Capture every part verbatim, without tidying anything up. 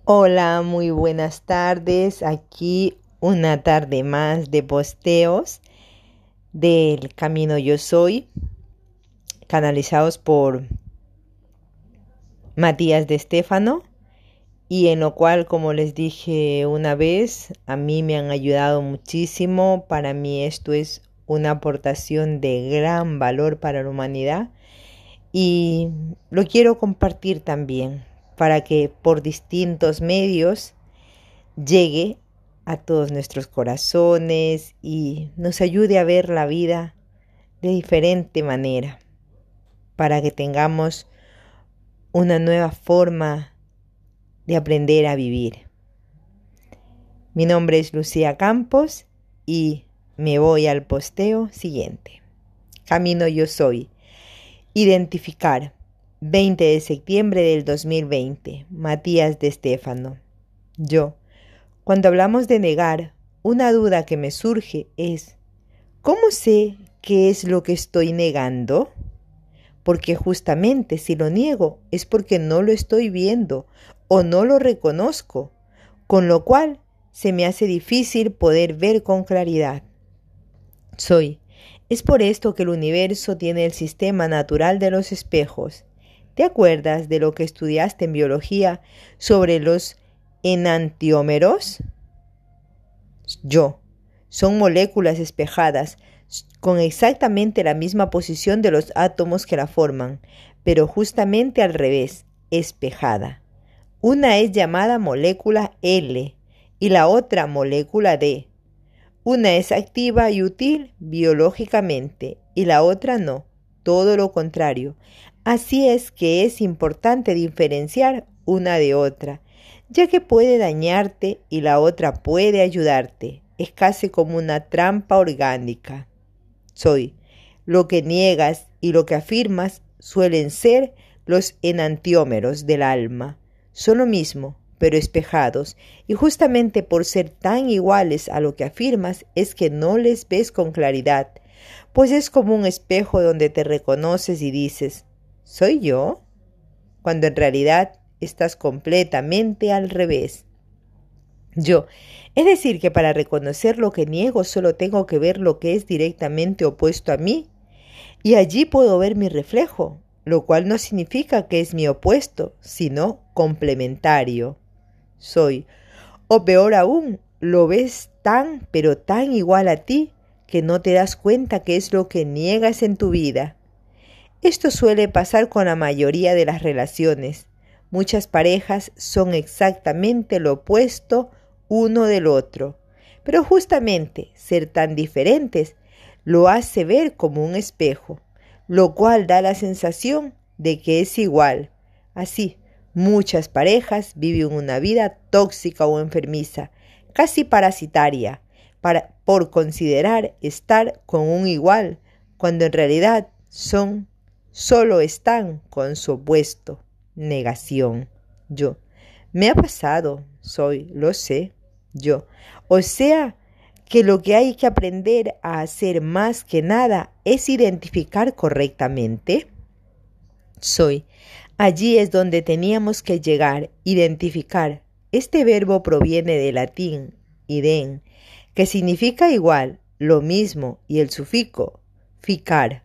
Hola, muy buenas tardes. Aquí una tarde más de posteos del Camino Yo Soy, canalizados por Matías de Estéfano, y en lo cual, como les dije una vez, a mí me han ayudado muchísimo. Para mí esto es una aportación de gran valor para la humanidad y lo quiero compartir también para que por distintos medios llegue a todos nuestros corazones y nos ayude a ver la vida de diferente manera, para que tengamos una nueva forma de aprender a vivir. Mi nombre es Lucía Campos y me voy al posteo siguiente. Camino Yo Soy. Identificar. veinte de septiembre del dos mil veinte. Matías de Estéfano. Yo. Cuando hablamos de negar, una duda que me surge es, ¿cómo sé qué es lo que estoy negando? Porque justamente si lo niego es porque no lo estoy viendo o no lo reconozco, con lo cual se me hace difícil poder ver con claridad. Soy. Es por esto que el universo tiene el sistema natural de los espejos. ¿Te acuerdas de lo que estudiaste en biología sobre los enantiómeros? Yo. Son moléculas espejadas, con exactamente la misma posición de los átomos que la forman, pero justamente al revés, espejada. Una es llamada molécula L y la otra molécula D. Una es activa y útil biológicamente y la otra no, todo lo contrario. Así es que es importante diferenciar una de otra, ya que puede dañarte y la otra puede ayudarte. Es casi como una trampa orgánica. Soy. Lo que niegas y lo que afirmas suelen ser los enantiómeros del alma. Son lo mismo, pero espejados, y justamente por ser tan iguales a lo que afirmas es que no les ves con claridad, pues es como un espejo donde te reconoces y dices, ¿soy yo? Cuando en realidad estás completamente al revés. Yo, es decir, que para reconocer lo que niego solo tengo que ver lo que es directamente opuesto a mí, y allí puedo ver mi reflejo, lo cual no significa que es mi opuesto, sino complementario. Soy, o peor aún, lo ves tan, pero tan igual a ti, que no te das cuenta que es lo que niegas en tu vida. Esto suele pasar con la mayoría de las relaciones. Muchas parejas son exactamente lo opuesto uno del otro, pero justamente ser tan diferentes lo hace ver como un espejo, lo cual da la sensación de que es igual. Así, muchas parejas viven una vida tóxica o enfermiza, casi parasitaria, para, por considerar estar con un igual, cuando en realidad son, solo están con su opuesto, negación. Yo, me ha pasado, soy, lo sé, yo. O sea, que lo que hay que aprender a hacer más que nada es identificar correctamente. Soy. Allí es donde teníamos que llegar, identificar. Este verbo proviene del latín, idem, que significa igual, lo mismo, y el sufijo, ficar,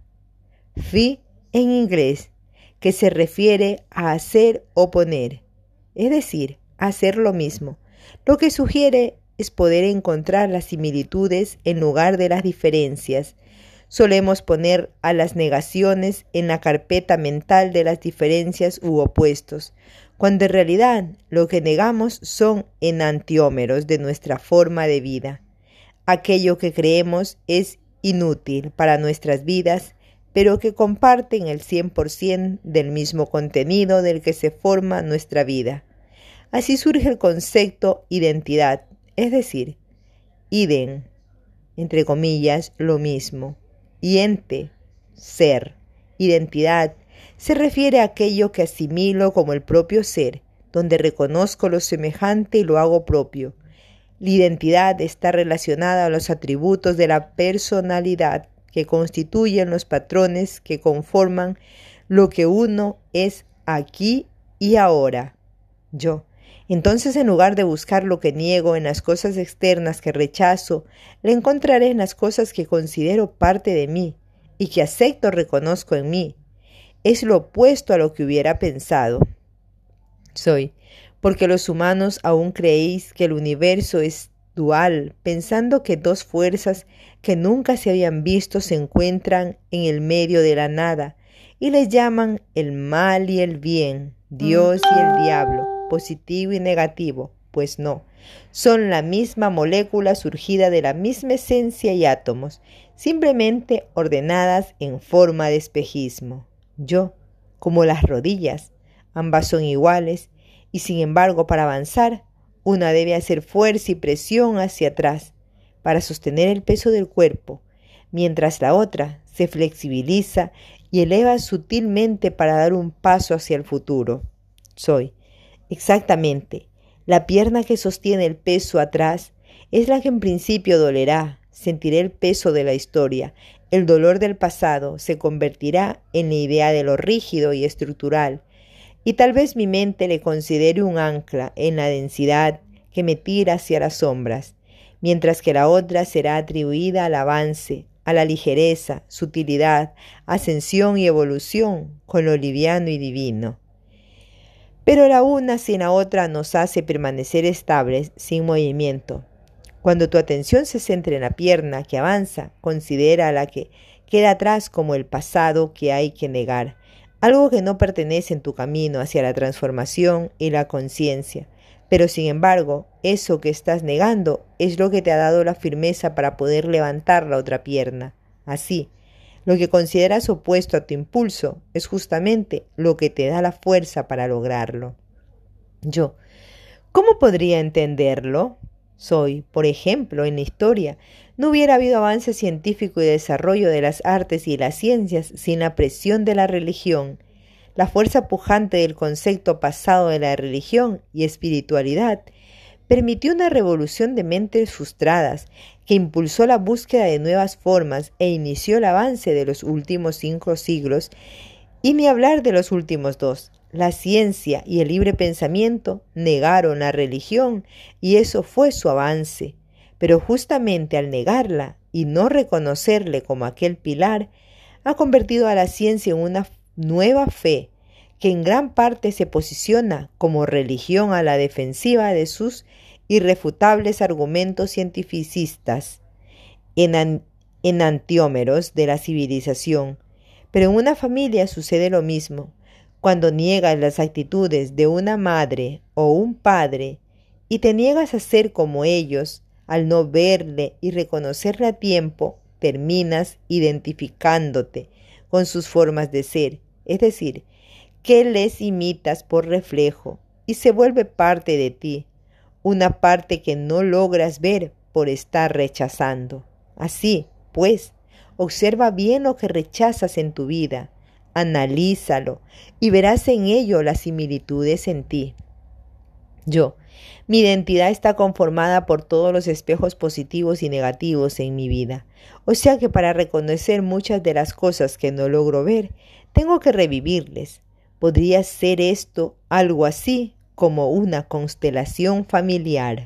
fi en inglés, que se refiere a hacer o poner, es decir, hacer lo mismo. Lo que sugiere es poder encontrar las similitudes en lugar de las diferencias. Solemos poner a las negaciones en la carpeta mental de las diferencias u opuestos, cuando en realidad lo que negamos son enantiómeros de nuestra forma de vida. Aquello que creemos es inútil para nuestras vidas, pero que comparten el cien por ciento del mismo contenido del que se forma nuestra vida. Así surge el concepto identidad, es decir, idem, entre comillas, lo mismo, y ente, ser. Identidad se refiere a aquello que asimilo como el propio ser, donde reconozco lo semejante y lo hago propio. La identidad está relacionada a los atributos de la personalidad que constituyen los patrones que conforman lo que uno es aquí y ahora. Yo. Entonces, en lugar de buscar lo que niego en las cosas externas que rechazo, le encontraré en las cosas que considero parte de mí y que acepto reconozco en mí. Es lo opuesto a lo que hubiera pensado. Soy, porque los humanos aún creéis que el universo es dual, pensando que dos fuerzas que nunca se habían visto se encuentran en el medio de la nada, y les llaman el mal y el bien, Dios y el diablo, positivo y negativo. Pues no, son la misma molécula surgida de la misma esencia y átomos, simplemente ordenadas en forma de espejismo. Yo, como las rodillas, ambas son iguales, y sin embargo, para avanzar, una debe hacer fuerza y presión hacia atrás para sostener el peso del cuerpo, mientras la otra se flexibiliza y eleva sutilmente para dar un paso hacia el futuro. Soy, exactamente, la pierna que sostiene el peso atrás es la que en principio dolerá. Sentiré el peso de la historia. El dolor del pasado se convertirá en la idea de lo rígido y estructural, y tal vez mi mente le considere un ancla en la densidad que me tira hacia las sombras, mientras que la otra será atribuida al avance, a la ligereza, sutilidad, ascensión y evolución con lo liviano y divino. Pero la una sin la otra nos hace permanecer estables sin movimiento. Cuando tu atención se centre en la pierna que avanza, considera a la que queda atrás como el pasado que hay que negar, algo que no pertenece en tu camino hacia la transformación y la conciencia. Pero sin embargo, eso que estás negando es lo que te ha dado la firmeza para poder levantar la otra pierna. Así, lo que consideras opuesto a tu impulso es justamente lo que te da la fuerza para lograrlo. Yo, ¿cómo podría entenderlo? Soy, por ejemplo, en la historia, no hubiera habido avance científico y desarrollo de las artes y las ciencias sin la presión de la religión. La fuerza pujante del concepto pasado de la religión y espiritualidad permitió una revolución de mentes frustradas que impulsó la búsqueda de nuevas formas e inició el avance de los últimos cinco siglos, y ni hablar de los últimos dos. La ciencia y el libre pensamiento negaron la religión y eso fue su avance. Pero justamente al negarla y no reconocerle como aquel pilar, ha convertido a la ciencia en una nueva fe que en gran parte se posiciona como religión a la defensiva de sus irrefutables argumentos cientificistas, en enantiómeros de la civilización. Pero en una familia sucede lo mismo. Cuando niegas las actitudes de una madre o un padre y te niegas a ser como ellos, al no verle y reconocerle a tiempo, terminas identificándote con sus formas de ser, es decir, que les imitas por reflejo y se vuelve parte de ti, una parte que no logras ver por estar rechazando. Así, pues, observa bien lo que rechazas en tu vida, analízalo y verás en ello las similitudes en ti. Yo, mi identidad está conformada por todos los espejos positivos y negativos en mi vida, o sea que para reconocer muchas de las cosas que no logro ver, tengo que revivirles. ¿Podría ser esto algo así como una constelación familiar?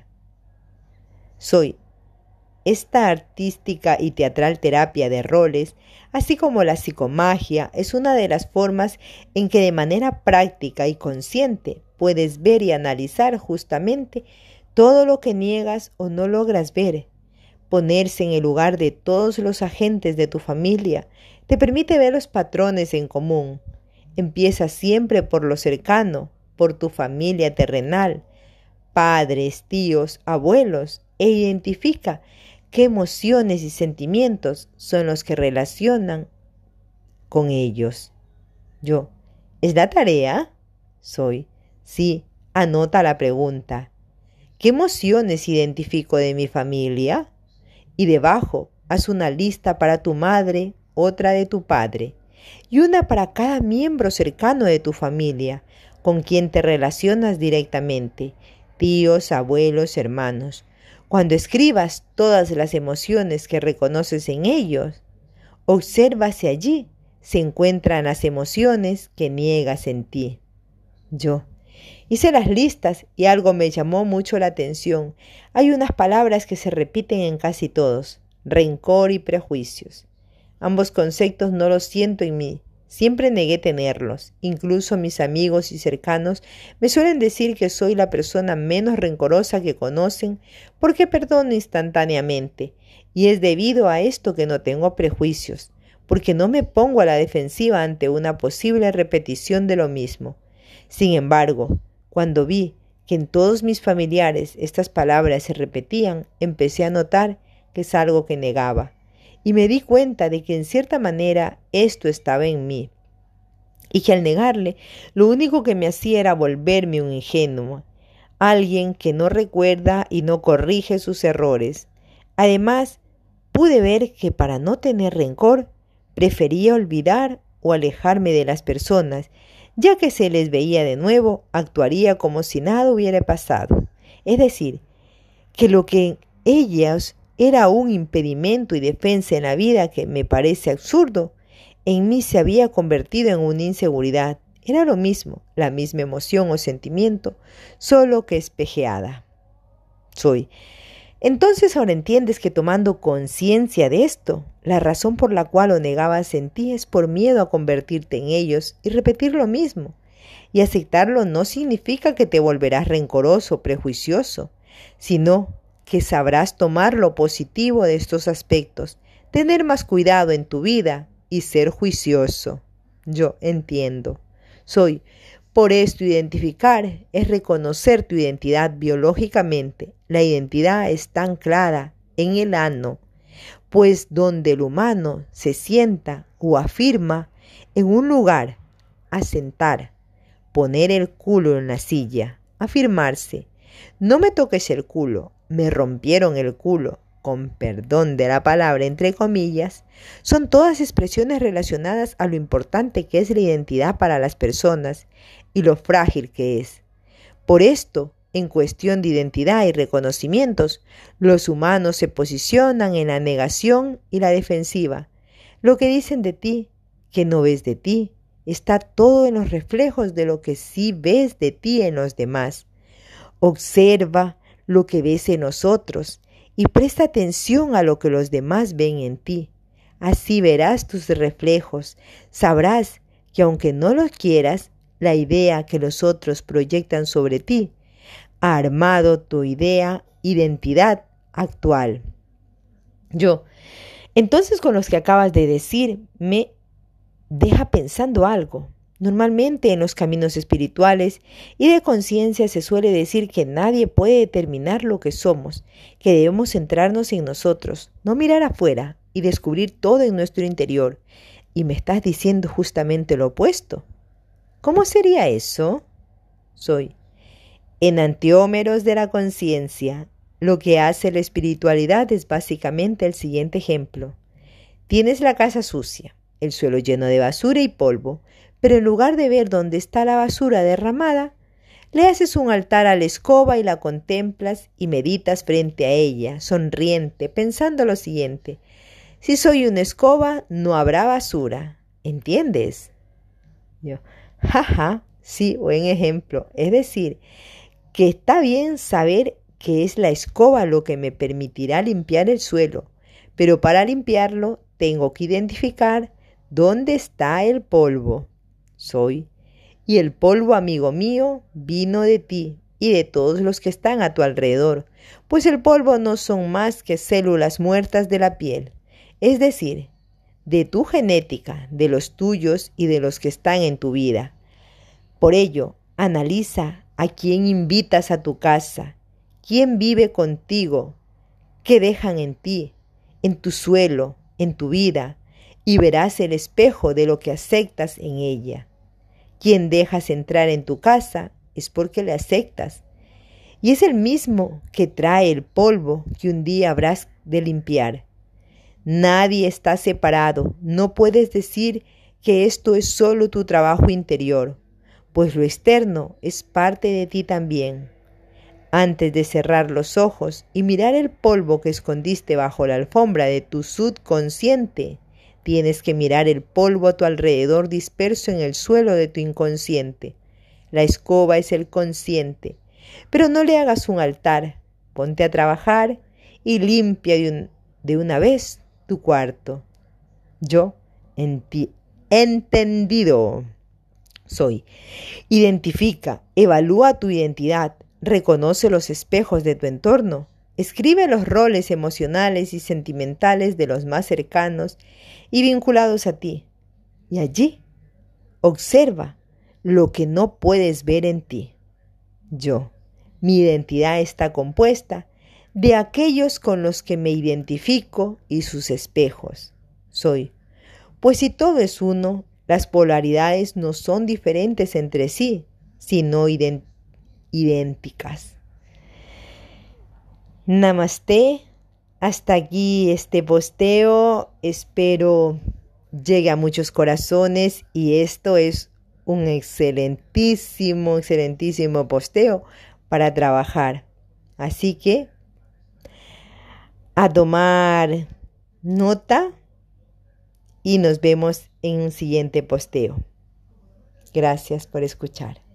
Soy esta artística y teatral terapia de roles, así como la psicomagia, es una de las formas en que de manera práctica y consciente puedes ver y analizar justamente todo lo que niegas o no logras ver. Ponerse en el lugar de todos los agentes de tu familia te permite ver los patrones en común. Empieza siempre por lo cercano, por tu familia terrenal, padres, tíos, abuelos, e identifica qué emociones y sentimientos son los que relacionan con ellos. Yo, ¿es la tarea? Soy, sí, anota la pregunta. ¿Qué emociones identifico de mi familia? Y debajo, haz una lista para tu madre, otra de tu padre, y una para cada miembro cercano de tu familia, con quien te relacionas directamente, tíos, abuelos, hermanos. Cuando escribas todas las emociones que reconoces en ellos, observa si allí se encuentran las emociones que niegas en ti. Yo, Hice las listas y algo me llamó mucho la atención. Hay unas palabras que se repiten en casi todos: rencor y prejuicios. Ambos conceptos no los siento en mí. Siempre negué tenerlos. Incluso mis amigos y cercanos me suelen decir que soy la persona menos rencorosa que conocen porque perdono instantáneamente. Y es debido a esto que no tengo prejuicios, porque no me pongo a la defensiva ante una posible repetición de lo mismo. Sin embargo, cuando vi que en todos mis familiares estas palabras se repetían, empecé a notar que es algo que negaba. Y me di cuenta de que en cierta manera esto estaba en mí, y que al negarle, lo único que me hacía era volverme un ingenuo, alguien que no recuerda y no corrige sus errores. Además, pude ver que para no tener rencor, prefería olvidar o alejarme de las personas, ya que si les veía de nuevo, actuaría como si nada hubiera pasado. Es decir, que lo que ellas era un impedimento y defensa en la vida que me parece absurdo, en mí se había convertido en una inseguridad. Era lo mismo, la misma emoción o sentimiento, solo que espejeada. Soy. Entonces ahora entiendes que tomando conciencia de esto, la razón por la cual lo negabas en ti es por miedo a convertirte en ellos y repetir lo mismo. Y aceptarlo no significa que te volverás rencoroso o prejuicioso, sino que sabrás tomar lo positivo de estos aspectos, tener más cuidado en tu vida y ser juicioso. Yo entiendo. Soy. Por esto, identificar es reconocer tu identidad biológicamente. La identidad es tan clara en el ano, pues donde el humano se sienta o afirma en un lugar, asentar, poner el culo en la silla, afirmarse. No me toques el culo, me rompieron el culo, con perdón de la palabra entre comillas, son todas expresiones relacionadas a lo importante que es la identidad para las personas y lo frágil que es. Por esto, en cuestión de identidad y reconocimientos, los humanos se posicionan en la negación y la defensiva. Lo que dicen de ti, que no ves de ti, está todo en los reflejos de lo que sí ves de ti en los demás. Observa lo que ves en nosotros y presta atención a lo que los demás ven en ti. Así verás tus reflejos, sabrás que aunque no lo quieras, la idea que los otros proyectan sobre ti ha armado tu idea, identidad actual. Yo, entonces con los que acabas de decir, me deja pensando algo. Normalmente en los caminos espirituales y de conciencia se suele decir que nadie puede determinar lo que somos, que debemos centrarnos en nosotros, no mirar afuera y descubrir todo en nuestro interior. Y me estás diciendo justamente lo opuesto. ¿Cómo sería eso? Soy. En Antiómeros de la conciencia, lo que hace la espiritualidad es básicamente el siguiente ejemplo. Tienes la casa sucia, el suelo lleno de basura y polvo, pero en lugar de ver dónde está la basura derramada, le haces un altar a la escoba y la contemplas y meditas frente a ella, sonriente, pensando lo siguiente: si soy una escoba, no habrá basura. ¿Entiendes? Yo, jaja, sí, buen ejemplo. Es decir, que está bien saber que es la escoba lo que me permitirá limpiar el suelo, pero para limpiarlo tengo que identificar dónde está el polvo. Soy. Y el polvo, amigo mío, vino de ti y de todos los que están a tu alrededor, pues el polvo no son más que células muertas de la piel, es decir, de tu genética, de los tuyos y de los que están en tu vida. Por ello, analiza a quién invitas a tu casa, quién vive contigo, qué dejan en ti, en tu suelo, en tu vida, y verás el espejo de lo que aceptas en ella. Quien dejas entrar en tu casa es porque le aceptas, y es el mismo que trae el polvo que un día habrás de limpiar. Nadie está separado, no puedes decir que esto es solo tu trabajo interior, pues lo externo es parte de ti también. Antes de cerrar los ojos y mirar el polvo que escondiste bajo la alfombra de tu subconsciente, tienes que mirar el polvo a tu alrededor disperso en el suelo de tu inconsciente. La escoba es el consciente. Pero no le hagas un altar. Ponte a trabajar y limpia de, un, de una vez tu cuarto. Yo, enti- entendido soy. Identifica, evalúa tu identidad, reconoce los espejos de tu entorno, escribe los roles emocionales y sentimentales de los más cercanos y vinculados a ti. Y allí, observa lo que no puedes ver en ti. Yo, mi identidad está compuesta de aquellos con los que me identifico y sus espejos. Soy. Pues si todo es uno, las polaridades no son diferentes entre sí, sino ident- idénticas. Namaste. Hasta aquí este posteo. Espero llegue a muchos corazones y esto es un excelentísimo, excelentísimo posteo para trabajar. Así que a tomar nota y nos vemos en un siguiente posteo. Gracias por escuchar.